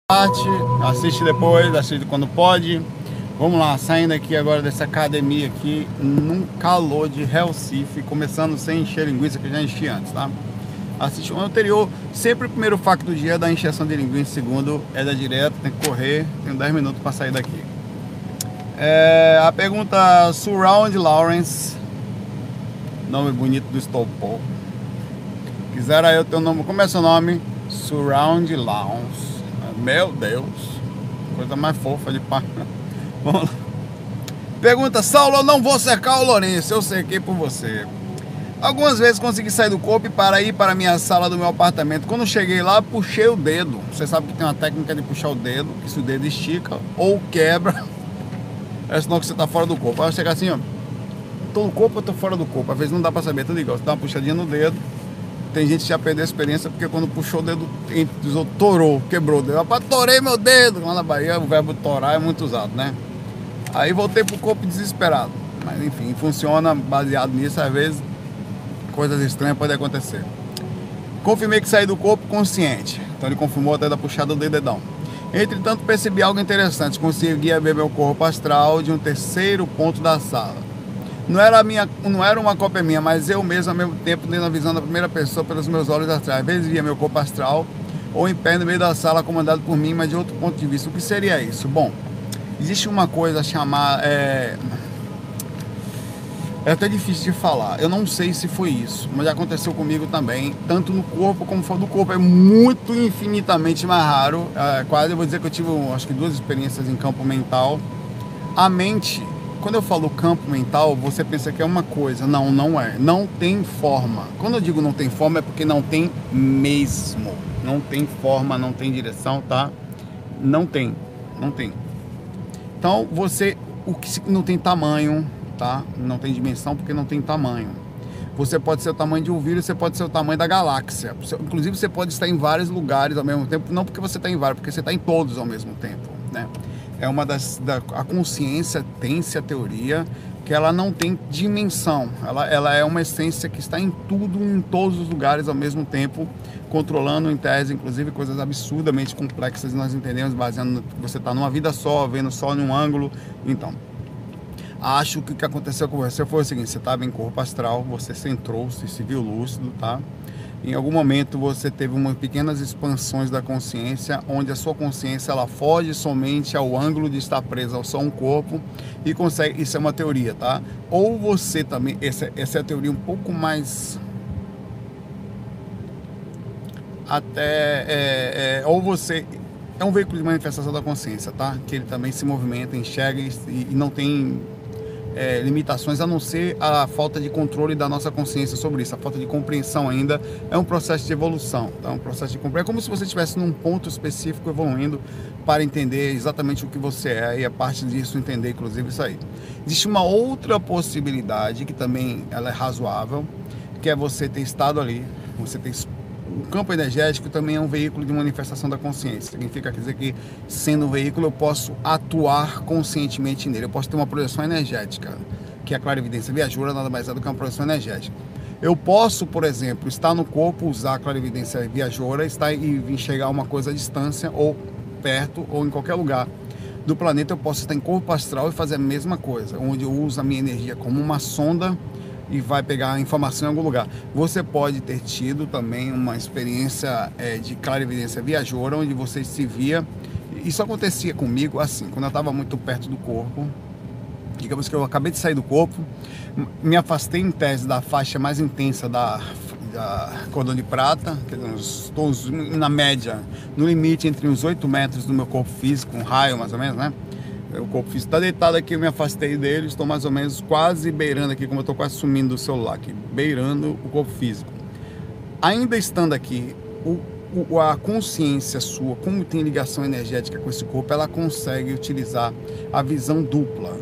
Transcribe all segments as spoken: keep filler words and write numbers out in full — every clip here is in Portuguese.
parte, assiste depois, assiste quando pode. Vamos lá, saindo aqui agora dessa academia aqui, num calor de Recife, começando sem encher linguiça, que eu já enchi antes, tá? Assiste o anterior, sempre o primeiro fac do dia é da encheção de linguiça, segundo é da direta, tem que correr, tenho dez minutos para sair daqui. É, a pergunta Surround Lawrence, nome bonito do Stopou. Quisera eu ter o nome, como é seu nome? Surround Lawrence. Meu Deus, coisa mais fofa de pá. Vamos lá. Pergunta: Saulo, eu não vou cercar o Lourenço, eu cerquei por você. Algumas vezes consegui sair do corpo para ir para a minha sala do meu apartamento. Quando cheguei lá, puxei o dedo. Você sabe que tem uma técnica de puxar o dedo, que se o dedo estica ou quebra, é sinal que você está fora do corpo. Aí chega assim, ó, tô no corpo ou tô fora do corpo? Às vezes não dá para saber, tudo igual. Você dá uma puxadinha no dedo. Tem gente que já perdeu a experiência porque quando puxou o dedo, torou, quebrou o dedo. Rapaz, torei meu dedo. Lá na Bahia o verbo torar é muito usado, né? Aí voltei pro corpo desesperado. Mas enfim, funciona baseado nisso. Às vezes coisas estranhas podem acontecer. Confirmei que saí do corpo consciente. Então ele confirmou até da puxada do dedão. Entretanto, percebi algo interessante. Conseguia ver meu corpo astral de um terceiro ponto da sala. Não era, minha, não era uma cópia minha, mas eu mesmo, ao mesmo tempo, dentro da visão da primeira pessoa, pelos meus olhos astrais. Às vezes via meu corpo astral, ou em pé no meio da sala, comandado por mim, mas de outro ponto de vista. O que seria isso? Bom, existe uma coisa chamada... É, é até difícil de falar. Eu não sei se foi isso, mas já aconteceu comigo também, tanto no corpo como fora do corpo. É muito, infinitamente mais raro. É, quase, eu vou dizer que eu tive, acho que duas experiências em campo mental. A mente... Quando eu falo campo mental, você pensa que é uma coisa. Não, não é. Não tem forma. Quando eu digo não tem forma, é porque não tem mesmo. Não tem forma, não tem direção, tá? Não tem. Não tem. Então, você... O que não tem tamanho, tá? Não tem dimensão porque não tem tamanho. Você pode ser o tamanho de um vírus, você pode ser o tamanho da galáxia. Inclusive, você pode estar em vários lugares ao mesmo tempo. Não porque você está em vários, porque você está em todos ao mesmo tempo, né? É uma das... Da, a consciência tem-se a teoria que ela não tem dimensão. Ela, ela é uma essência que está em tudo, em todos os lugares ao mesmo tempo, controlando, em tese, inclusive, coisas absurdamente complexas. Nós entendemos, baseando no que você está numa vida só, vendo só em um ângulo. Então, acho que o que aconteceu com você foi o seguinte: você estava em corpo astral, você centrou-se, se viu lúcido, tá? Em algum momento você teve umas pequenas expansões da consciência, onde a sua consciência ela foge somente ao ângulo de estar presa ao só um corpo e consegue, isso é uma teoria, tá? Ou você também, essa, essa é a teoria um pouco mais até, é, é, ou você é um veículo de manifestação da consciência, tá? Que ele também se movimenta, enxerga e, e não tem É, limitações, a não ser a falta de controle da nossa consciência sobre isso. A falta de compreensão ainda é um processo de evolução, tá? Um processo de compreensão. É como se você estivesse num ponto específico evoluindo para entender exatamente o que você é e a parte disso entender, inclusive, isso aí. Existe uma outra possibilidade que também ela é razoável, que é você ter estado ali, você ter... O campo energético também é um veículo de manifestação da consciência. Significa dizer que, sendo um veículo, eu posso atuar conscientemente nele. Eu posso ter uma projeção energética, que é a clarividência viajoura, nada mais é do que uma projeção energética. Eu posso, por exemplo, estar no corpo, usar a clarividência viajoura, estar e enxergar uma coisa à distância, ou perto, ou em qualquer lugar do planeta. Eu posso estar em corpo astral e fazer a mesma coisa, onde eu uso a minha energia como uma sonda e vai pegar a informação em algum lugar. Você pode ter tido também uma experiência é, de clarividência viajoura, onde você se via. Isso acontecia comigo assim, quando eu estava muito perto do corpo. Digamos que eu acabei de sair do corpo, me afastei em tese da faixa mais intensa da, da cordão de prata, que estou na média, no limite entre os oito metros do meu corpo físico, um raio mais ou menos, né? O corpo físico está deitado aqui, eu me afastei dele, estou mais ou menos quase beirando aqui, como eu estou quase sumindo do celular aqui, beirando o corpo físico. Ainda estando aqui, o, o, a consciência sua, como tem ligação energética com esse corpo, ela consegue utilizar a visão dupla.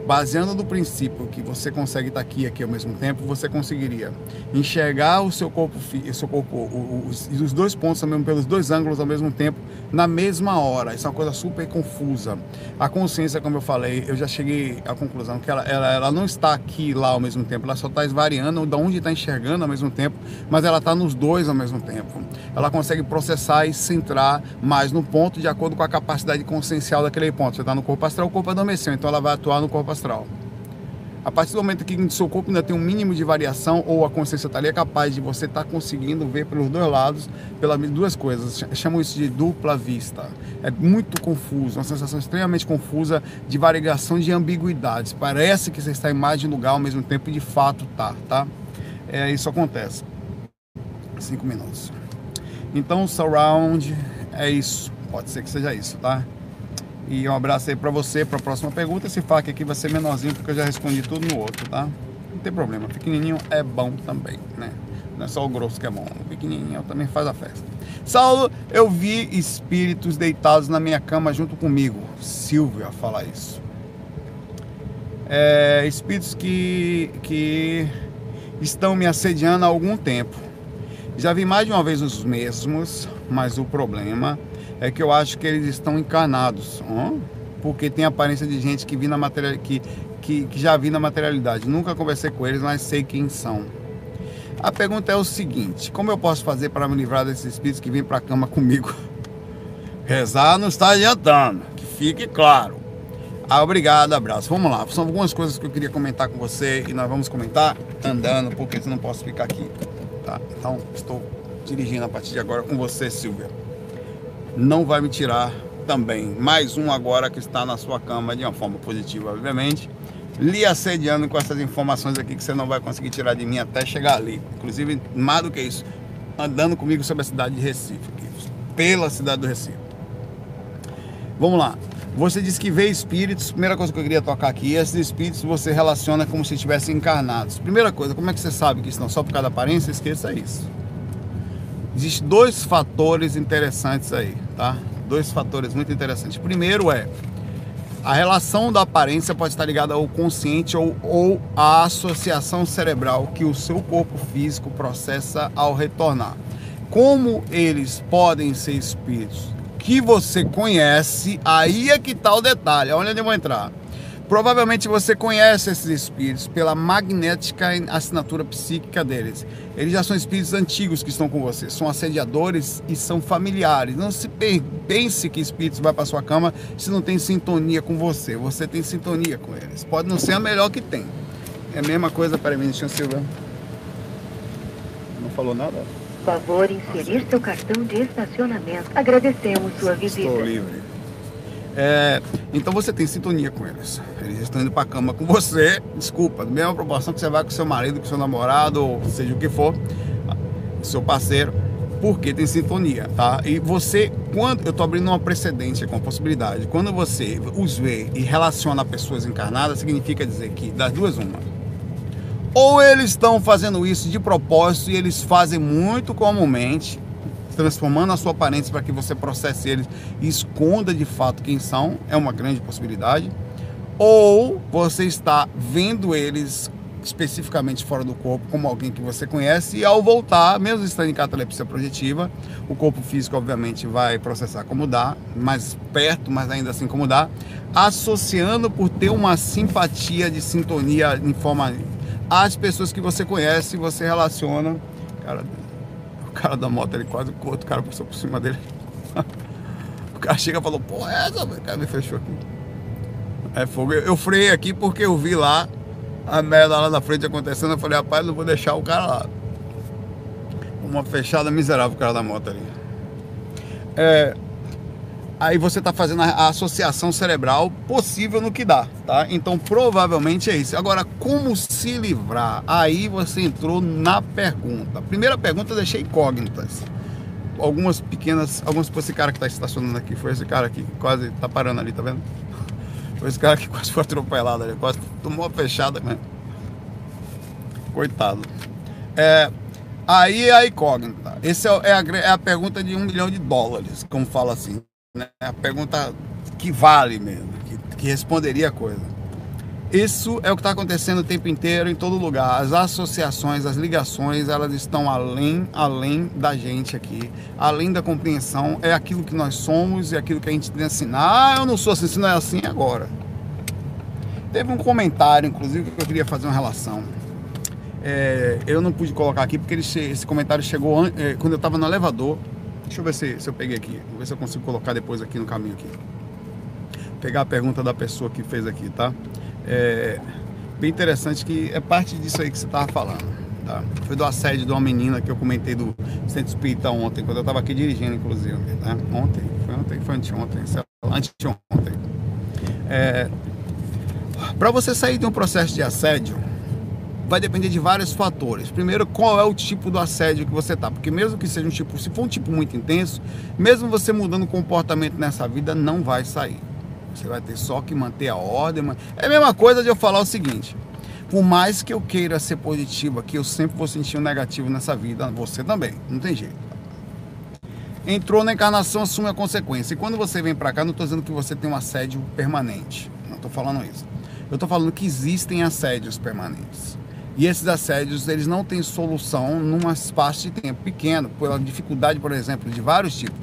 baseando no princípio que você consegue estar aqui e aqui ao mesmo tempo, você conseguiria enxergar o seu corpo, o seu corpo os, os dois pontos também, pelos dois ângulos ao mesmo tempo, na mesma hora. Isso é uma coisa super confusa. A consciência, como eu falei, eu já cheguei à conclusão que ela, ela, ela não está aqui e lá ao mesmo tempo, ela só está esvariando de onde está enxergando ao mesmo tempo, mas ela está nos dois ao mesmo tempo. Ela consegue processar e centrar mais no ponto de acordo com a capacidade consciencial daquele ponto. Você está no corpo astral, o corpo adormeceu, então ela vai atuar no corpo astral. A partir do momento que o seu corpo ainda tem um mínimo de variação, ou a consciência está ali, é capaz de você estar tá conseguindo ver pelos dois lados, pelas duas coisas. Chamo isso de dupla vista. É muito confuso, uma sensação extremamente confusa de variação de ambiguidades. Parece que você está em mais de um lugar ao mesmo tempo e de fato tá, tá? É, isso acontece. Cinco minutos. Então, surround é isso. Pode ser que seja isso, tá? E um abraço aí pra você, pra próxima pergunta. Esse fac aqui vai ser menorzinho, porque eu já respondi tudo no outro, tá? Não tem problema, pequenininho é bom também, né? Não é só o grosso que é bom, o pequenininho também faz a festa. Saulo, eu vi espíritos deitados na minha cama junto comigo. Silvia fala isso. É, espíritos que, que estão me assediando há algum tempo. Já vi mais de uma vez os mesmos, mas o problema é que eu acho que eles estão encarnados, hein? Porque tem aparência de gente que, vi na material, que, que, que já vi na materialidade. Nunca conversei com eles, mas sei quem são. A pergunta é o seguinte: como eu posso fazer para me livrar desses espíritos que vêm para a cama comigo? Rezar não está adiantando, que fique claro. Ah, obrigado, abraço. Vamos lá, são algumas coisas que eu queria comentar com você e nós vamos comentar andando, porque senão não posso ficar aqui, tá? Então, estou dirigindo a partir de agora com você, Silvia. Não vai me tirar também mais um agora que está na sua cama de uma forma positiva, obviamente, lhe assediando com essas informações aqui que você não vai conseguir tirar de mim até chegar ali. Inclusive, mais do que isso, andando comigo sobre a cidade de Recife, pela cidade do Recife. Vamos lá. Você disse que vê espíritos. Primeira coisa que eu queria tocar aqui, esses espíritos você relaciona como se estivessem encarnados. Primeira coisa, como é que você sabe que isso não só por causa da aparência? Esqueça isso. Existem dois fatores interessantes aí, tá? Dois fatores muito interessantes. Primeiro é, a relação da aparência pode estar ligada ao consciente ou, ou à associação cerebral que o seu corpo físico processa ao retornar. Como eles podem ser espíritos que você conhece, aí é que está o detalhe, onde eu vou entrar. Provavelmente você conhece esses espíritos pela magnética assinatura psíquica deles. Eles já são espíritos antigos que estão com você, são assediadores e são familiares. Não se pense que espíritos vai para sua cama se não tem sintonia com você. Você tem sintonia com eles. Pode não ser a melhor que tem. É a mesma coisa para mim, senhor Silva. Não falou nada? Por favor, inserir seu cartão de estacionamento. Agradecemos sua visita. Estou livre. É, então você tem sintonia com eles. Eles estão indo para a cama com você. Desculpa, da mesma proporção que você vai com seu marido, com seu namorado, ou seja o que for, seu parceiro, porque tem sintonia, tá? E você, quando eu estou abrindo uma precedente com a possibilidade, quando você os vê e relaciona a pessoas encarnadas, significa dizer que das duas uma. Ou eles estão fazendo isso de propósito e eles fazem muito comumente, transformando a sua aparência para que você processe eles e esconda de fato quem são, é uma grande possibilidade. Ou você está vendo eles especificamente fora do corpo como alguém que você conhece e ao voltar, mesmo estando em catalepsia projetiva, o corpo físico obviamente vai processar como dá, mais perto, mas ainda assim como dá, associando por ter uma simpatia de sintonia em forma às pessoas que você conhece e você relaciona. Cara, o cara da moto, ele quase o outro cara passou por cima dele. O cara chega e falou, pô, é essa, o cara me fechou aqui. É fogo. Eu, eu freiei aqui porque eu vi lá a merda lá na frente acontecendo. Eu falei, rapaz, não vou deixar o cara lá. Uma fechada miserável o cara da moto ali. É, aí você está fazendo a, a associação cerebral possível no que dá, tá? Então provavelmente é isso. Agora, como se livrar? Aí você entrou na pergunta. Primeira pergunta eu deixei incógnitas. Algumas pequenas, algumas, esse cara que está estacionando aqui, foi esse cara aqui que quase está parando ali, tá vendo? Foi esse cara que quase foi atropelado ali, quase tomou uma fechada, né? Coitado. É, aí é a incógnita. Essa é a, é a pergunta de um milhão de dólares, como fala assim, né? A pergunta que vale mesmo, que, que responderia a coisa. Isso é o que está acontecendo o tempo inteiro, em todo lugar. As associações, as ligações, elas estão além, além da gente aqui, além da compreensão. É aquilo que nós somos e aquilo que a gente tem que ensinar. Ah, eu não sou assim, se não é assim agora. Teve um comentário, inclusive, que eu queria fazer uma relação. É, eu não pude colocar aqui porque ele, esse comentário chegou é, quando eu estava no elevador. Deixa eu ver se, se eu peguei aqui. Vou ver se eu consigo colocar depois aqui no caminho aqui. Pegar a pergunta da pessoa que fez aqui, tá? É bem interessante, que é parte disso aí que você estava falando, tá? Foi do assédio de uma menina que eu comentei do Centro Espírita ontem, quando eu estava aqui dirigindo, inclusive, tá? Ontem, foi ontem, foi anteontem, anteontem. É, para você sair de um processo de assédio, vai depender de vários fatores. Primeiro, qual é o tipo do assédio que você tá, porque mesmo que seja um tipo, se for um tipo muito intenso, mesmo você mudando o comportamento nessa vida, não vai sair. Você vai ter só que manter a ordem. É a mesma coisa de eu falar o seguinte: por mais que eu queira ser positivo aqui, eu sempre vou sentir um negativo nessa vida. Você também, não tem jeito. Entrou na encarnação, assume a consequência. E quando você vem pra cá, não tô dizendo que você tem um assédio permanente. Não tô falando isso. Eu tô falando que existem assédios permanentes. E esses assédios, eles não têm solução num espaço de tempo pequeno, pela dificuldade, por exemplo, de vários tipos.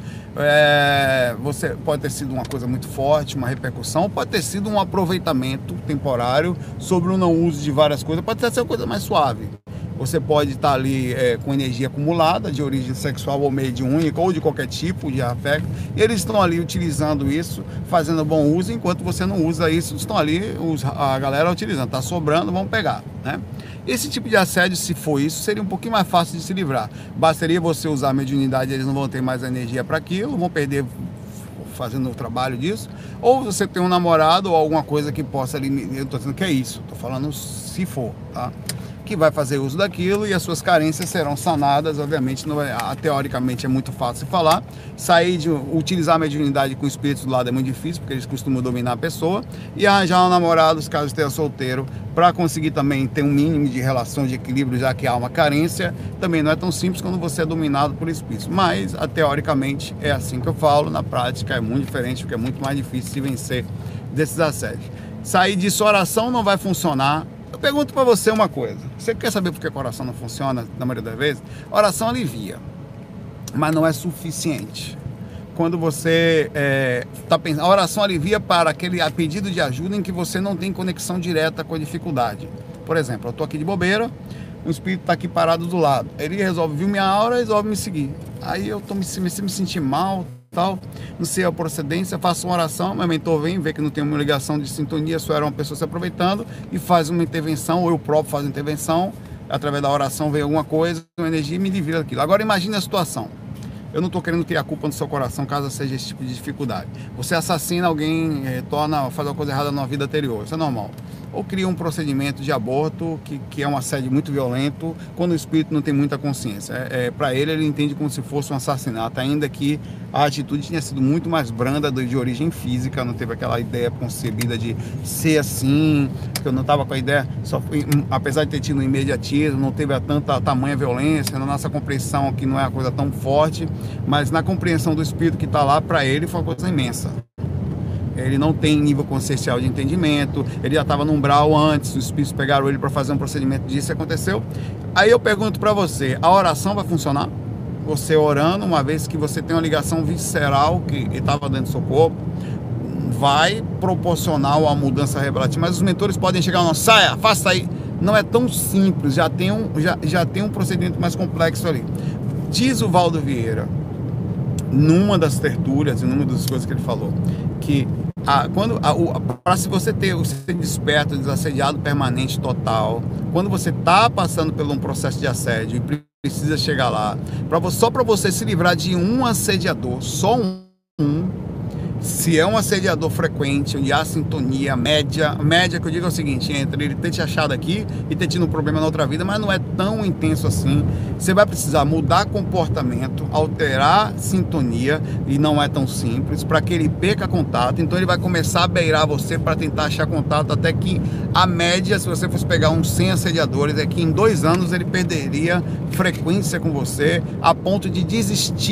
É, você pode ter sido uma coisa muito forte, uma repercussão, pode ter sido um aproveitamento temporário sobre o não uso de várias coisas, pode ser uma coisa mais suave. Você pode estar ali é, com energia acumulada, de origem sexual ou mediúnica, ou de qualquer tipo de afeto, e eles estão ali utilizando isso, fazendo bom uso, enquanto você não usa isso, estão ali, os, a galera utilizando, está sobrando, vamos pegar, né? Esse tipo de assédio, se for isso, seria um pouquinho mais fácil de se livrar. Bastaria você usar a mediunidade, eles não vão ter mais energia para aquilo, vão perder fazendo o trabalho disso. Ou você tem um namorado ou alguma coisa que possa ali, eu estou dizendo que é isso, estou falando se for, tá? Que vai fazer uso daquilo e as suas carências serão sanadas. Obviamente, não é, teoricamente é muito fácil falar. Sair de utilizar a mediunidade com espíritos do lado é muito difícil, porque eles costumam dominar a pessoa. E arranjar um namorado, caso esteja solteiro, para conseguir também ter um mínimo de relação de equilíbrio, já que há uma carência, também não é tão simples quando você é dominado por espíritos. Mas, teoricamente, é assim que eu falo. Na prática é muito diferente, porque é muito mais difícil se vencer desses assédios. Sair disso, oração não vai funcionar. Eu pergunto para você uma coisa: você quer saber por que a oração não funciona na maioria das vezes? A oração alivia, mas não é suficiente. Quando você está é, pensando, a oração alivia para aquele pedido de ajuda em que você não tem conexão direta com a dificuldade. Por exemplo, eu estou aqui de bobeira, um espírito está aqui parado do lado, ele resolve vir minha aura, resolve me seguir. Aí eu tô me, me, me sentir mal, tal, não sei a procedência, faço uma oração, meu mentor vem, vê que não tem uma ligação de sintonia, só era uma pessoa se aproveitando e faz uma intervenção, ou eu próprio faço intervenção, através da oração vem alguma coisa, uma energia e me livra daquilo. Agora imagine a situação. Eu não estou querendo criar culpa no seu coração caso seja esse tipo de dificuldade. Você assassina alguém, torna, faz uma coisa errada na vida anterior, isso é normal. Ou cria um procedimento de aborto, que, que é um assédio muito violento, quando o espírito não tem muita consciência. É, é, para ele, ele entende como se fosse um assassinato, ainda que a atitude tinha sido muito mais branda, de origem física, não teve aquela ideia concebida de ser assim, que eu não estava com a ideia, só, apesar de ter tido um imediatismo, não teve a tanta a tamanha violência, na nossa compreensão aqui não é uma coisa tão forte, mas na compreensão do espírito que está lá, para ele foi uma coisa imensa. Ele não tem nível consciencial de entendimento, ele já estava no umbral antes, os espíritos pegaram ele para fazer um procedimento disso, aconteceu. Aí eu pergunto para você, a oração vai funcionar? Você orando, uma vez que você tem uma ligação visceral que estava dentro do seu corpo, vai proporcionar uma mudança revelativa, mas os mentores podem chegar, não, saia, faça aí. Não é tão simples, já tem um, já, já tem um procedimento mais complexo ali. Diz o Valdo Vieira, numa das tertúlias, em numa das coisas que ele falou, que a, quando para se você ter o ser desperto, desassediado permanente total, quando você está passando por um processo de assédio e precisa chegar lá, pra, só para você se livrar de um assediador, só um, um se é um assediador frequente, onde há sintonia média, média que eu digo é o seguinte, entre ele ter te achado aqui e ter tido um problema na outra vida, mas não é tão intenso assim, você vai precisar mudar comportamento, alterar sintonia, e não é tão simples, para que ele perca contato. Então ele vai começar a beirar você para tentar achar contato, até que a média, se você fosse pegar uns cem assediadores, é que em dois anos ele perderia frequência com você, a ponto de desistir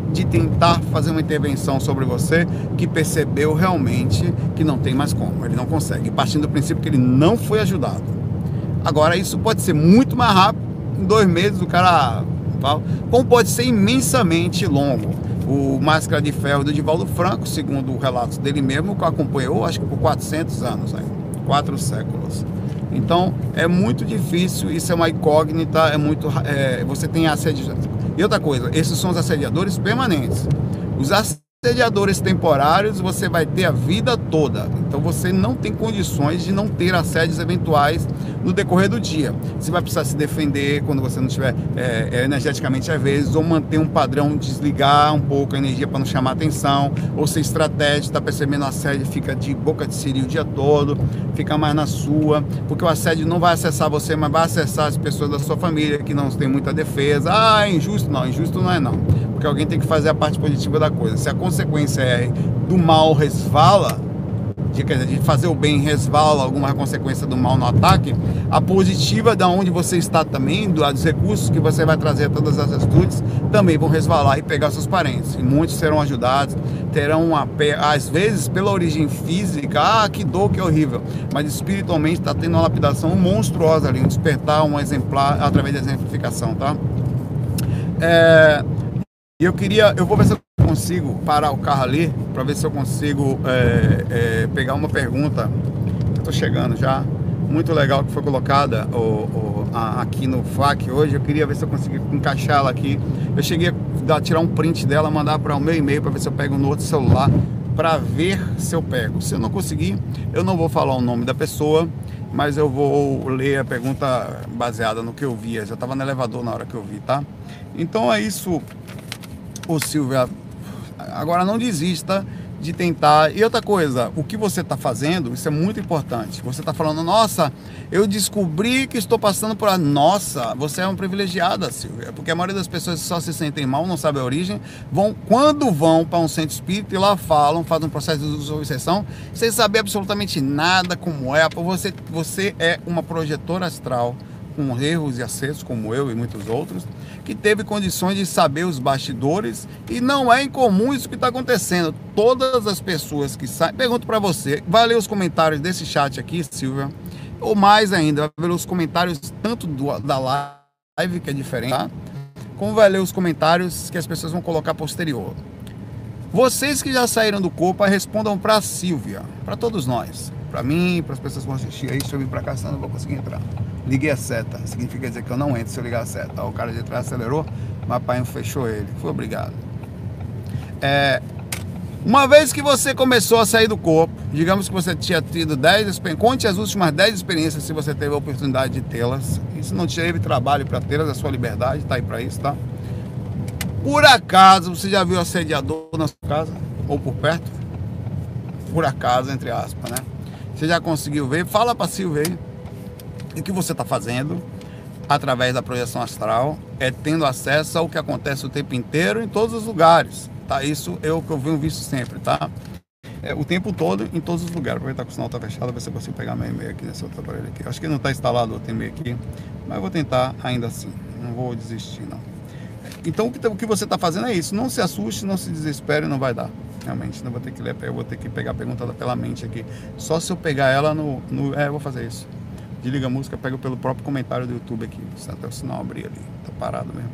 de tentar fazer uma intervenção sobre você, que percebeu realmente que não tem mais como, ele não consegue, partindo do princípio que ele não foi ajudado. Agora, isso pode ser muito mais rápido, em dois meses o cara, como pode ser imensamente longo. O Máscara de Ferro do Divaldo Franco, segundo o relato dele mesmo, que acompanhou, acho que por quatrocentos anos, né? quatro séculos. Então, é muito difícil, isso é uma incógnita, é muito, é, você tem assediadores. E outra coisa, esses são os assediadores permanentes. Os assediadores temporários você vai ter a vida toda. Então, você não tem condições de não ter assédios eventuais no decorrer do dia. Você vai precisar se defender quando você não estiver é, energeticamente às vezes, ou manter um padrão, desligar um pouco a energia para não chamar atenção, ou ser estratégico, está percebendo o assédio, fica de boca de siri o dia todo, fica mais na sua, porque o assédio não vai acessar você, mas vai acessar as pessoas da sua família que não tem muita defesa. Ah, é injusto? Não, injusto não é não, porque alguém tem que fazer a parte positiva da coisa. Se a consequência é do mal resvala, de, quer dizer, de fazer o bem resvala alguma consequência do mal no ataque, a positiva da onde você está também, dos recursos que você vai trazer, todas as atitudes, também vão resvalar e pegar seus parentes. E muitos serão ajudados, terão uma, às vezes, pela origem física, ah, que dor, que horrível, mas espiritualmente está tendo uma lapidação monstruosa ali, um despertar, um exemplar, através da exemplificação, tá? É, eu queria, eu vou ver se eu consigo parar o carro ali, para ver se eu consigo é, é, pegar uma pergunta. Eu tô chegando já, muito legal, que foi colocada o, o, a, aqui no F A Q hoje. Eu queria ver se eu consegui encaixar ela aqui. Eu cheguei a dar, tirar um print dela, mandar para o meu e-mail, para ver se eu pego no outro celular, para ver se eu pego. Se eu não conseguir, eu não vou falar o nome da pessoa, mas eu vou ler a pergunta baseada no que eu vi. Eu já estava no elevador na hora que eu vi, tá? Então é isso, ô Silvia. Agora não desista de tentar. E outra coisa, o que você está fazendo, isso é muito importante. Você está falando, nossa, eu descobri que estou passando por a... Nossa, você é uma privilegiada, Silvia, porque a maioria das pessoas que só se sentem mal, não sabem a origem, vão, quando vão para um centro espírita e lá falam, fazem um processo de obsessão, sem saber absolutamente nada como é. Você, você é uma projetora astral, com erros e acertos, como eu e muitos outros, que teve condições de saber os bastidores, e não é incomum isso que está acontecendo. Todas as pessoas que saem, pergunto para você, vai ler os comentários desse chat aqui, Silvia, ou mais ainda, vai ler os comentários tanto do, da live, que é diferente, tá? Como vai ler os comentários que as pessoas vão colocar posterior. Vocês que já saíram do corpo, respondam para a Silvia, para todos nós, para mim, para as pessoas que vão assistir aí. Se eu vir para cá, senão eu não vou conseguir entrar. Liguei a seta, significa dizer que eu não entro se eu ligar a seta. O cara de trás acelerou, mas o pai fechou ele. Foi obrigado. É, uma vez que você começou a sair do corpo, digamos que você tinha tido dez experiências, conte as últimas dez experiências se você teve a oportunidade de tê-las. E se não teve trabalho para tê-las, a sua liberdade está aí para isso, tá? Por acaso, você já viu assediador na sua casa? Ou por perto? Por acaso, entre aspas, né? Você já conseguiu ver? Fala para Silvia aí. O que você está fazendo através da projeção astral é tendo acesso ao que acontece o tempo inteiro em todos os lugares, tá? Isso é o que eu venho visto sempre, tá? É, o tempo todo em todos os lugares. Aproveitar que o sinal está fechado, ver se eu consigo pegar meu e-mail aqui nesse outro aparelho aqui. Acho que não está instalado outro e-mail aqui, mas eu vou tentar ainda assim. Não vou desistir, não. Então o que você está fazendo é isso. Não se assuste, não se desespere, não vai dar. Realmente, não vou ter que ler, eu vou ter que pegar a pergunta pela mente aqui. Só se eu pegar ela no... no é, eu vou fazer isso. Desliga a música, pega pelo próprio comentário do YouTube aqui. Até o sinal abrir ali. Tá parado mesmo.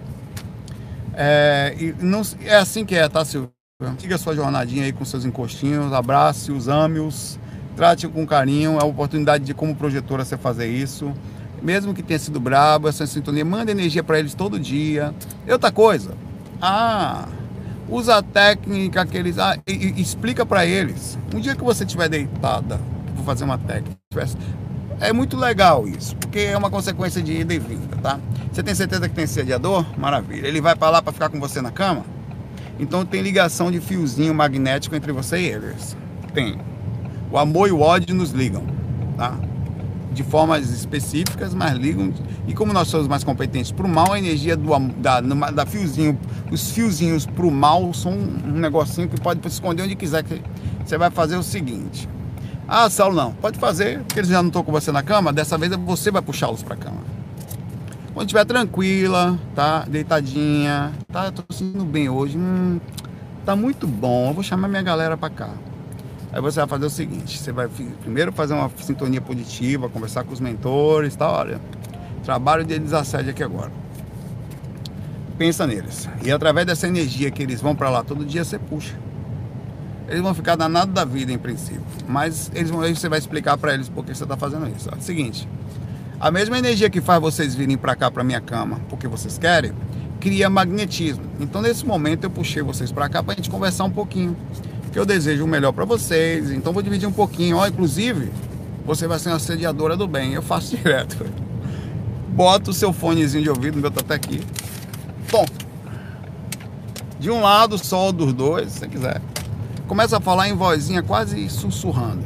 É, e não, é assim que é, tá, Silvia? Siga a sua jornadinha aí com seus encostinhos. Abrace-os, ame-os. Trate com carinho. É a oportunidade de, como projetora, você fazer isso. Mesmo que tenha sido brabo, essa sintonia, manda energia para eles todo dia. E outra coisa. Ah... Usa a técnica que eles... Ah, e, e explica para eles. Um dia que você estiver deitada, vou fazer uma técnica. É muito legal isso, porque é uma consequência de ida e vinda, tá? Você tem certeza que tem sediador? Maravilha. Ele vai para lá para ficar com você na cama? Então tem ligação de fiozinho magnético entre você e eles. Tem. O amor e o ódio nos ligam, tá? De formas específicas, mas ligam. E como nós somos mais competentes para o mal, a energia do, da, da fiozinho, os fiozinhos para o mal são um negocinho que pode se esconder onde quiser. Que você vai fazer o seguinte. Ah, Saulo, não. Pode fazer, porque eles já não estão com você na cama. Dessa vez você vai puxá-los para a cama. Quando estiver tranquila, tá? Deitadinha, tá? Tô sentindo bem hoje, hum, tá muito bom. Eu vou chamar minha galera pra cá. Aí você vai fazer o seguinte, você vai primeiro fazer uma sintonia positiva, conversar com os mentores, tá? Olha, trabalho de desassédio aqui agora. Pensa neles. E através dessa energia que eles vão pra lá todo dia, você puxa. Eles vão ficar danados da vida em princípio, mas eles vão, aí você vai explicar pra eles por que você tá fazendo isso. É o seguinte, a mesma energia que faz vocês virem pra cá, pra minha cama, porque vocês querem, cria magnetismo. Então nesse momento eu puxei vocês pra cá pra gente conversar um pouquinho. Que eu desejo o melhor para vocês, então vou dividir um pouquinho. Ó, inclusive, você vai ser uma assediadora do bem, eu faço direto. Bota o seu fonezinho de ouvido, o meu tá até aqui. Tom. De um lado, só dos dois, se você quiser. Começa a falar em vozinha, quase sussurrando.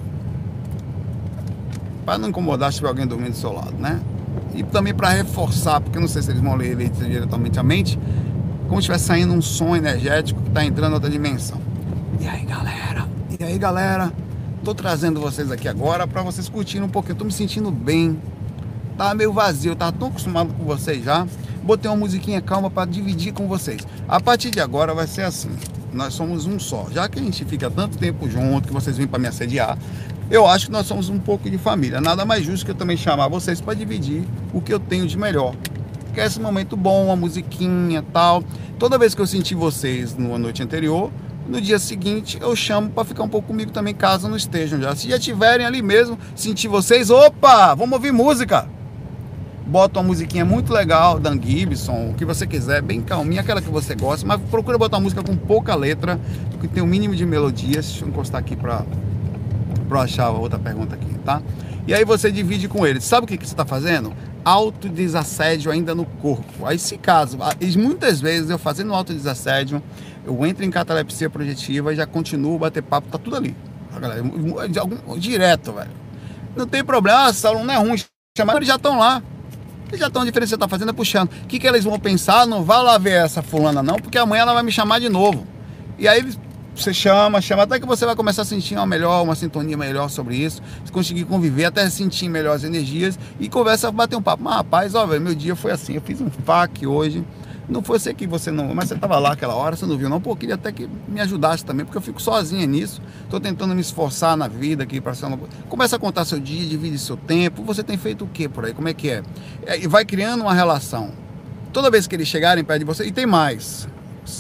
Para não incomodar se tiver alguém dormindo do seu lado, né? E também para reforçar, porque eu não sei se eles vão ler ele diretamente a mente, como se estivesse saindo um som energético que está entrando em outra dimensão. E aí galera, e aí galera, tô trazendo vocês aqui agora para vocês curtirem um pouquinho. Eu tô me sentindo bem, tava meio vazio, tava tão acostumado com vocês já. Botei uma musiquinha calma para dividir com vocês. A partir de agora vai ser assim, nós somos um só. Já que a gente fica tanto tempo junto, que vocês vêm para me assediar, eu acho que nós somos um pouco de família. Nada mais justo que eu também chamar vocês para dividir o que eu tenho de melhor. Que é esse momento bom, uma musiquinha tal. Toda vez que eu senti vocês na noite anterior, no dia seguinte eu chamo para ficar um pouco comigo também, caso não estejam já. Se já estiverem ali mesmo, sentir vocês, opa, vamos ouvir música. Bota uma musiquinha muito legal, Dan Gibson, o que você quiser, bem calminha, aquela que você gosta, mas procura botar uma música com pouca letra, que tem um mínimo de melodias. Deixa eu encostar aqui para para achar a outra pergunta aqui, tá? E aí você divide com eles. Sabe o que, que você está fazendo? Autodesassédio ainda no corpo. Aí se caso, muitas vezes eu fazendo autodesassédio, eu entro em catalepsia projetiva e já continuo a bater papo, tá tudo ali. Galera, direto, velho. Não tem problema, essa aula não é ruim, chamaram, eles já estão lá. Eles já estão, a diferença que você está fazendo é puxando. O que, que eles vão pensar? Não vá lá ver essa fulana não, porque amanhã ela vai me chamar de novo. E aí você chama, chama, até que você vai começar a sentir uma melhor, uma sintonia melhor sobre isso, se conseguir conviver, até sentir melhor as energias e conversa, bater um papo. Mas rapaz, ó, velho, meu dia foi assim, eu fiz um F A Q hoje, não foi ser que você não, mas você estava lá aquela hora, você não viu não, pô, eu queria até que me ajudasse também, porque eu fico sozinha nisso, tô tentando me esforçar na vida aqui para ser uma... Começa a contar seu dia, divide seu tempo, você tem feito o que por aí, como é que é? E vai criando uma relação. Toda vez que eles chegarem perto de você, e tem mais,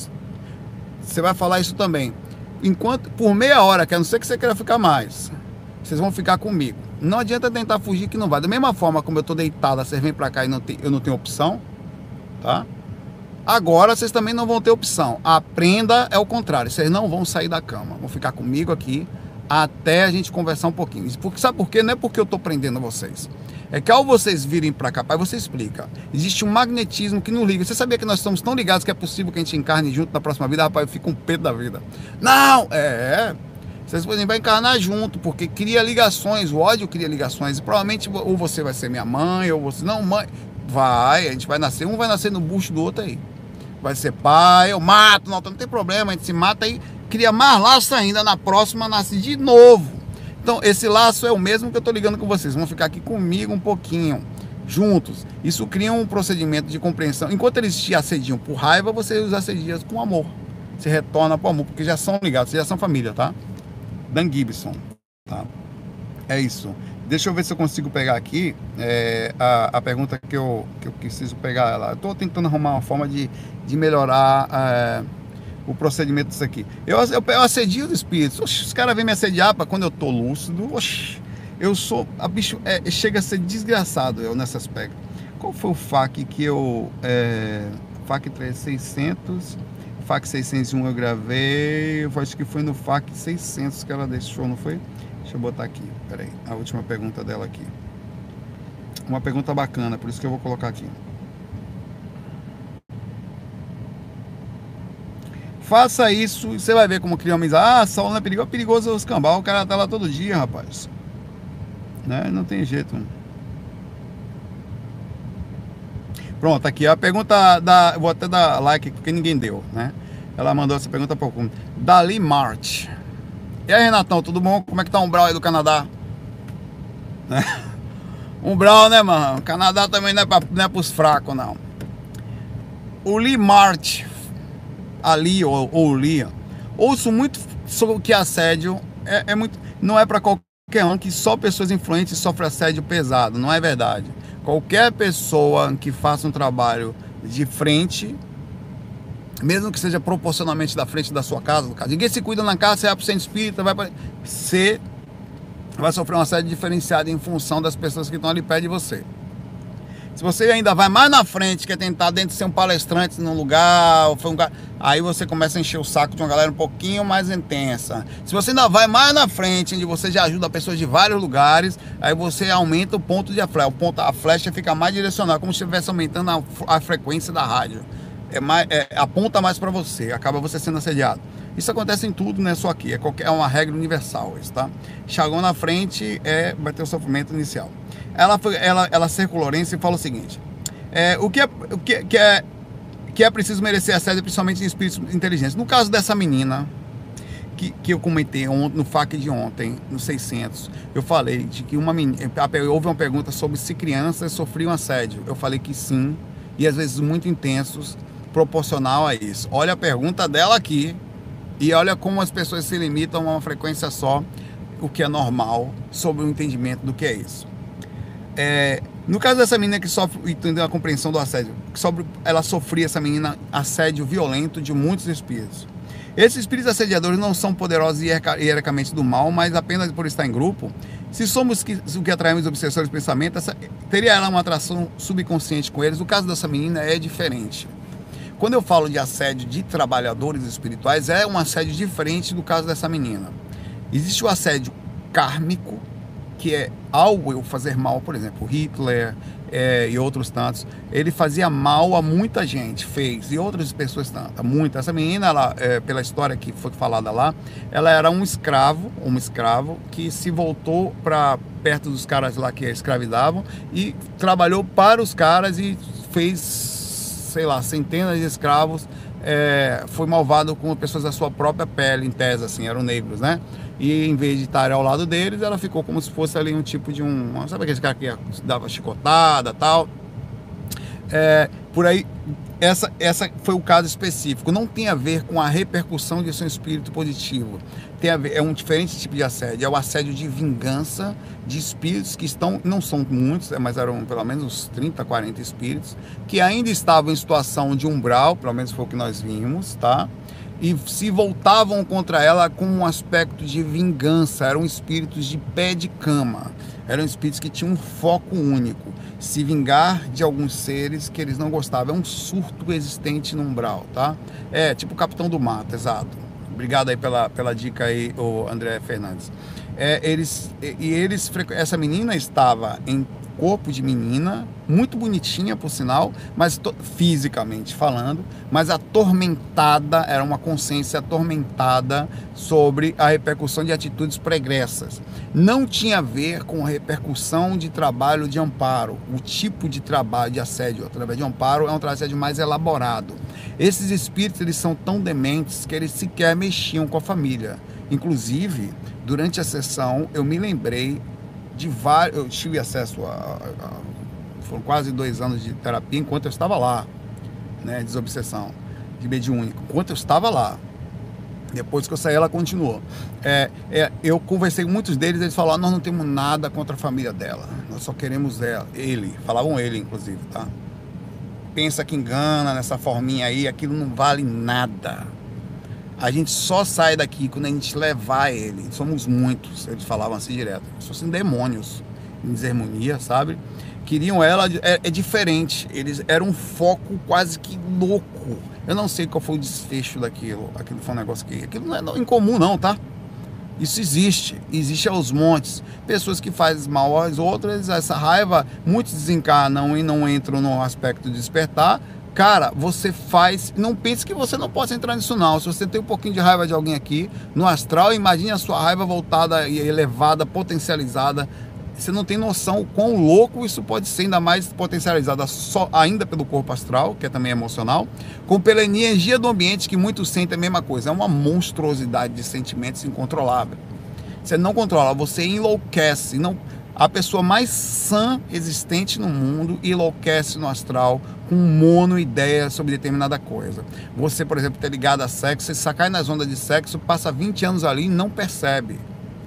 você vai falar isso também. Enquanto, por meia hora, que a não ser que você queira ficar mais, vocês vão ficar comigo. Não adianta tentar fugir que não vai. Da mesma forma como eu tô deitada, vocês vêm pra cá e não tem, eu não tenho opção, tá? Agora vocês também não vão ter opção. Aprenda é o contrário, vocês não vão sair da cama. Vão ficar comigo aqui até a gente conversar um pouquinho. Porque, sabe por quê? Não é porque eu tô prendendo vocês. É que ao vocês virem pra cá, pai, você explica. Existe um magnetismo que não liga. Você sabia que nós estamos tão ligados que é possível que a gente encarne junto na próxima vida? Rapaz, eu fico com pedo da vida. Não! É, vocês podem vai encarnar junto, porque cria ligações, o ódio cria ligações. E provavelmente ou você vai ser minha mãe, ou você... Não, mãe... Vai, a gente vai nascer, um vai nascer no bucho do outro aí. Vai ser pai, eu mato, não, não tem problema, a gente se mata aí, cria mais laço ainda, na próxima nasce de novo. Então, esse laço é o mesmo que eu tô ligando com vocês. Vão ficar aqui comigo um pouquinho, juntos. Isso cria um procedimento de compreensão. Enquanto eles te assediam por raiva, você os assedia com amor. Você retorna pro amor, porque já são ligados, já são família, tá? Dan Gibson, tá? É isso. Deixa eu ver se eu consigo pegar aqui é, a, a pergunta que eu, que eu preciso pegar lá. Eu tô tentando arrumar uma forma de, de melhorar... É, o procedimento disso aqui. Eu, eu, eu assedio os espíritos. Oxi, os caras vêm me assediar para quando eu tô lúcido. Oxi, eu sou... A bicho é, chega a ser desgraçado eu nesse aspecto. Qual foi o F A Q que eu... É, F A Q seiscentos... F A Q seiscentos e um eu gravei. Eu acho que foi no F A Q seiscentos que ela deixou, não foi? Deixa eu botar aqui. Pera aí. A última pergunta dela aqui. Uma pergunta bacana, por isso que eu vou colocar aqui. Faça isso e você vai ver como criar amizade. Ah, Saulo não é perigoso, é perigoso os cambal. O cara tá lá todo dia, rapaz. Né? Não tem jeito. Pronto, aqui a pergunta da... Vou até dar like porque ninguém deu, né? Ela mandou essa pergunta por como Dali March. E aí, Renatão, tudo bom? Como é que tá o umbral aí do Canadá? Né? Umbral, né, mano? O Canadá também não é, pra, não é pros fracos, não. O Lee Mart, ali, ou, ou Lee, ouço muito sobre que assédio é, é muito, não é para qualquer um, que só pessoas influentes sofrem assédio pesado. Não é verdade. Qualquer pessoa que faça um trabalho de frente, mesmo que seja proporcionalmente da frente da sua casa, ninguém se cuida na casa, você vai para o centro espírita, vai para... Você vai sofrer um assédio diferenciado em função das pessoas que estão ali perto de você. Se você ainda vai mais na frente, quer tentar dentro de ser um palestrante num lugar, ou foi um lugar, aí você começa a encher o saco de uma galera um pouquinho mais intensa. Se você ainda vai mais na frente, onde você já ajuda pessoas de vários lugares, aí você aumenta o ponto de a flecha. O ponto, a flecha fica mais direcionada, como se estivesse aumentando a, a frequência da rádio. É mais, é, aponta mais para você, acaba você sendo assediado. Isso acontece em tudo, não é só aqui, é, qualquer, é uma regra universal, isso, tá? Chegou na frente, é, vai ter o sofrimento inicial. Ela, foi, ela, ela circulou e fala o seguinte, é, o, que é, o que, que, é, que é preciso merecer assédio, principalmente em espíritos inteligentes. No caso dessa menina, que, que eu comentei ontem, no F A Q de ontem, no seiscentos, eu falei de que uma menina, houve uma pergunta sobre se crianças sofriam assédio. Eu falei que sim, e às vezes muito intensos, proporcional a isso. Olha a pergunta dela aqui, e olha como as pessoas se limitam a uma frequência só, o que é normal, sobre o entendimento do que é isso. É, no caso dessa menina que sofre, entendeu a compreensão do assédio, que sobre, ela sofria, essa menina, assédio violento de muitos espíritos. Esses espíritos assediadores não são poderosos hierarquicamente do mal, mas apenas por estar em grupo. Se somos que, o que atraímos obsessores de pensamento, essa, teria ela uma atração subconsciente com eles. O caso dessa menina é diferente. Quando eu falo de assédio de trabalhadores espirituais, é um assédio diferente do caso dessa menina. Existe o assédio kármico, que é ao eu fazer mal, por exemplo, Hitler é, e outros tantos, ele fazia mal a muita gente, fez, e outras pessoas tantas, muitas. Essa menina, ela, é, pela história que foi falada lá, ela era um escravo, um escravo que se voltou para perto dos caras lá que escravizavam e trabalhou para os caras e fez, sei lá, centenas de escravos. É, foi malvado com pessoas da sua própria pele, em tese, assim, eram negros, né? E em vez de estar ao lado deles, ela ficou como se fosse ali um tipo de um... Sabe aquele cara que dava chicotada e tal? É, por aí, essa, essa foi o caso específico. Não tem a ver com a repercussão de seu espírito positivo. Tem a ver, é um diferente tipo de assédio. É o assédio de vingança de espíritos que estão... Não são muitos, mas eram pelo menos uns trinta, quarenta espíritos, que ainda estavam em situação de umbral, pelo menos foi o que nós vimos, tá? E se voltavam contra ela com um aspecto de vingança. Eram espíritos de pé de cama, eram espíritos que tinham um foco único, se vingar de alguns seres que eles não gostavam. É um surto existente no umbral, tá? É tipo o Capitão do Mato, exato. Obrigado aí pela, pela dica aí, o André Fernandes. É, eles, e eles, essa menina estava em corpo de menina, muito bonitinha por sinal, mas fisicamente falando, mas atormentada, era uma consciência atormentada sobre a repercussão de atitudes pregressas. Não tinha a ver com a repercussão de trabalho de amparo. O tipo de trabalho de assédio através de amparo é um assédio mais elaborado. Esses espíritos, eles são tão dementes que eles sequer mexiam com a família. Inclusive, durante a sessão, eu me lembrei de vários, eu tive acesso a, a, a foram quase dois anos de terapia enquanto eu estava lá, né, desobsessão, de mediúnico, enquanto eu estava lá. Depois que eu saí, ela continuou. É, é, eu conversei com muitos deles, eles falaram, nós não temos nada contra a família dela, nós só queremos ela, ele, falavam ele inclusive, tá? Pensa que engana nessa forminha aí, aquilo não vale nada. A gente só sai daqui quando a gente levar ele. Somos muitos, eles falavam assim direto. Fossem demônios em desarmonia, sabe? Queriam ela, é, é diferente. Eles eram um foco quase que louco. Eu não sei qual foi o desfecho daquilo. Aquilo foi um negócio que... Aquilo não é não, incomum não, tá? Isso existe. Existe aos montes. Pessoas que fazem mal às outras, essa raiva, muitos desencarnam e não entram no aspecto de despertar. Cara, você faz... Não pense que você não possa entrar nisso não. Se você tem um pouquinho de raiva de alguém aqui, no astral, imagine a sua raiva voltada e elevada, potencializada. Você não tem noção o quão louco isso pode ser, ainda mais potencializada só, ainda pelo corpo astral, que é também emocional, como pela energia do ambiente, que muitos sentem a mesma coisa. É uma monstruosidade de sentimentos incontrolável. Você não controla, você enlouquece. Não... A pessoa mais sã existente no mundo enlouquece no astral com mono ideia sobre determinada coisa. Você, por exemplo, ter ligado a sexo, você cai nas ondas de sexo, passa vinte anos ali e não percebe.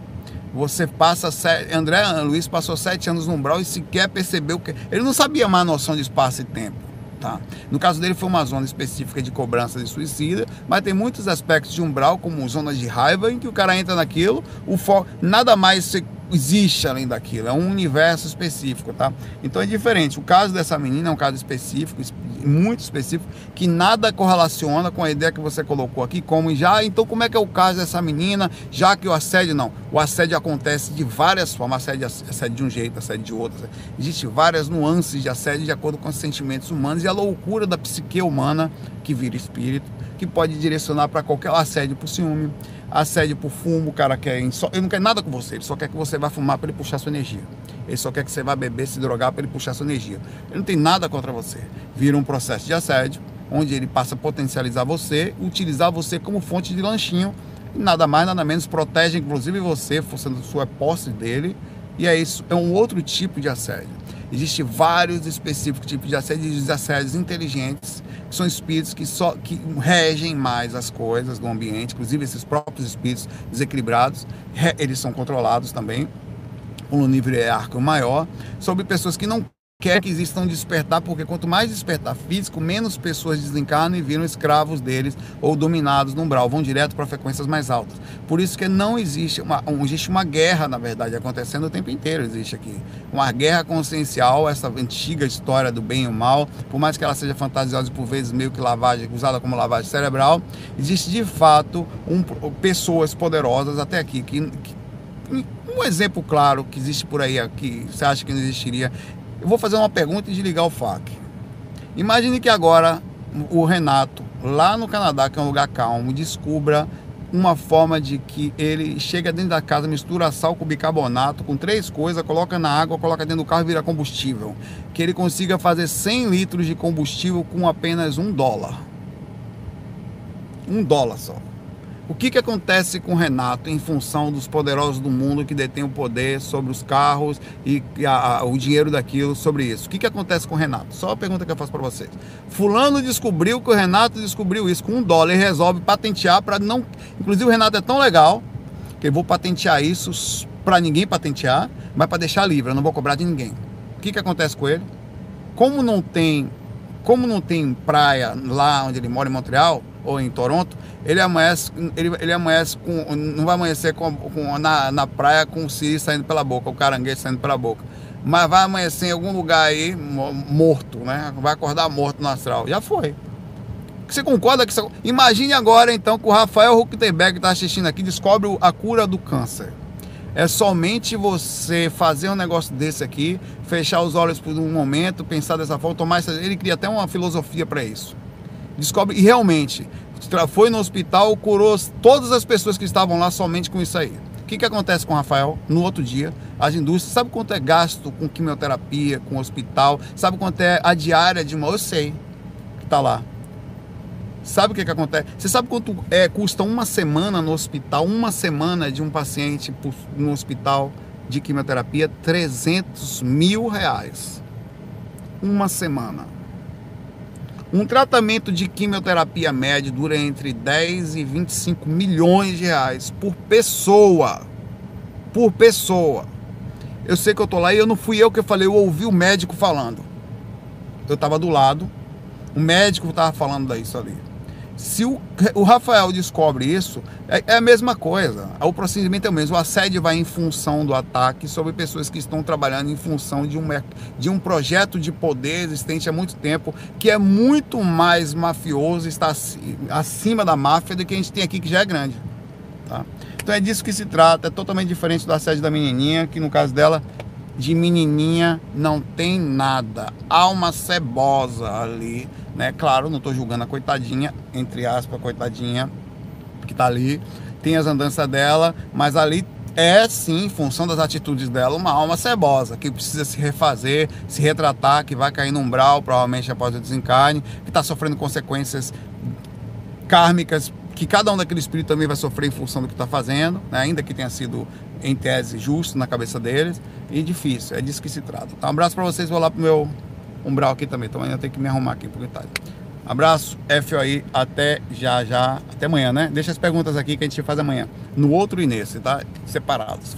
Você passa, André Luiz passou sete anos no umbral e sequer percebeu que... Ele não sabia mais a noção de espaço e tempo. Tá? No caso dele foi uma zona específica de cobrança de suicida, mas tem muitos aspectos de umbral, como zonas de raiva, em que o cara entra naquilo, o fo... nada mais existe além daquilo, é um universo específico, tá? Então é diferente. O caso dessa menina é um caso específico, muito específico, que nada correlaciona com a ideia que você colocou aqui, como já, então como é que é o caso dessa menina, já que o assédio, não, o assédio acontece de várias formas, assédio, assédio de um jeito, assédio de outro, existem várias nuances de assédio de acordo com os sentimentos humanos e a loucura da psique humana que vira espírito, que pode direcionar para qualquer assédio por ciúme, assédio por fumo, o cara quer, ele não quer nada com você, ele só quer que você vá fumar para ele puxar sua energia. Ele só quer que você vá beber, se drogar para ele puxar sua energia. Ele não tem nada contra você. Vira um processo de assédio, onde ele passa a potencializar você, utilizar você como fonte de lanchinho, e nada mais, nada menos, protege inclusive você, sendo sua posse dele, e é isso, é um outro tipo de assédio. Existem vários específicos tipos de assédio, de assédios inteligentes, que são espíritos que, só, que regem mais as coisas do ambiente, inclusive esses próprios espíritos desequilibrados, eles são controlados também por um nível hierárquico maior, sobre pessoas que não querem que exista um despertar, porque quanto mais despertar físico, menos pessoas desencarnam e viram escravos deles ou dominados no umbral, vão direto para frequências mais altas. Por isso que não existe uma, existe uma guerra, na verdade, acontecendo o tempo inteiro, existe aqui. Uma guerra consciencial, essa antiga história do bem e o mal, por mais que ela seja fantasiosa e por vezes meio que lavagem, usada como lavagem cerebral, existe de fato um, pessoas poderosas até aqui, que, que um exemplo claro que existe por aí, que você acha que não existiria. Eu vou fazer uma pergunta e desligar o F A Q. Imagine que agora o Renato, lá no Canadá, que é um lugar calmo, descubra uma forma de que ele chega dentro da casa, mistura sal com bicarbonato, com três coisas, coloca na água, coloca dentro do carro e vira combustível. Que ele consiga fazer cem litros de combustível com apenas um dólar. Um dólar só. O que, que acontece com o Renato em função dos poderosos do mundo que detêm o poder sobre os carros e a, a, o dinheiro daquilo, sobre isso? O que, que acontece com o Renato? Só a pergunta que eu faço para vocês. Fulano descobriu que o Renato descobriu isso com um dólar e resolve patentear para não... Inclusive o Renato é tão legal que eu vou patentear isso para ninguém patentear, mas para deixar livre, eu não vou cobrar de ninguém. O que, que acontece com ele? Como não tem, como não tem praia lá onde ele mora, em Montreal ou em Toronto, ele amanhece, ele, ele amanhece com, não vai amanhecer com, com, na, na praia com o siri saindo pela boca, o caranguejo saindo pela boca, mas vai amanhecer em algum lugar aí morto, né? Vai acordar morto no astral. Já foi. Você concorda que isso... Imagine agora então que o Rafael Huckterberg que está assistindo aqui descobre a cura do câncer. É somente você fazer um negócio desse aqui, fechar os olhos por um momento, pensar dessa forma, tomar essa... Ele cria até uma filosofia para isso. Descobre, e realmente, foi no hospital, curou todas as pessoas que estavam lá somente com isso aí. O que, que acontece com o Rafael? No outro dia, as indústrias, sabe quanto é gasto com quimioterapia, com hospital? Sabe quanto é a diária de uma... Eu sei que está lá. Sabe o que, que acontece? Você sabe quanto é, custa uma semana no hospital, uma semana de um paciente no hospital de quimioterapia? trezentos mil reais. Uma semana. Um tratamento de quimioterapia médio dura entre dez e vinte e cinco milhões de reais por pessoa. Por pessoa. Eu sei que eu tô lá e eu não fui eu que falei, eu ouvi o médico falando. Eu tava do lado, o médico tava falando disso ali. Se o, o Rafael descobre isso, é, é a mesma coisa. O procedimento é o mesmo. O assédio vai em função do ataque sobre pessoas que estão trabalhando em função de um, de um projeto de poder existente há muito tempo, que é muito mais mafioso, está acima da máfia do que a gente tem aqui, que já é grande. Tá? Então é disso que se trata. É totalmente diferente do assédio da menininha, que no caso dela, de menininha não tem nada. Há uma cebosa ali, né? Claro, não estou julgando a coitadinha, entre aspas, a coitadinha que tá ali, tem as andanças dela, mas ali é sim, em função das atitudes dela, uma alma cebosa, que precisa se refazer, se retratar, que vai cair no umbral, provavelmente após o desencarne, que está sofrendo consequências kármicas que cada um daqueles espíritos também vai sofrer em função do que está fazendo, né? Ainda que tenha sido, em tese, justo na cabeça deles, e difícil, é disso que se trata. Então, um abraço para vocês, vou lá pro meu umbral aqui também, então ainda tenho que me arrumar aqui por detalhe. Abraço, F aí, até já já, até amanhã, né? Deixa as perguntas aqui que a gente faz amanhã, no outro e nesse, tá? Separados.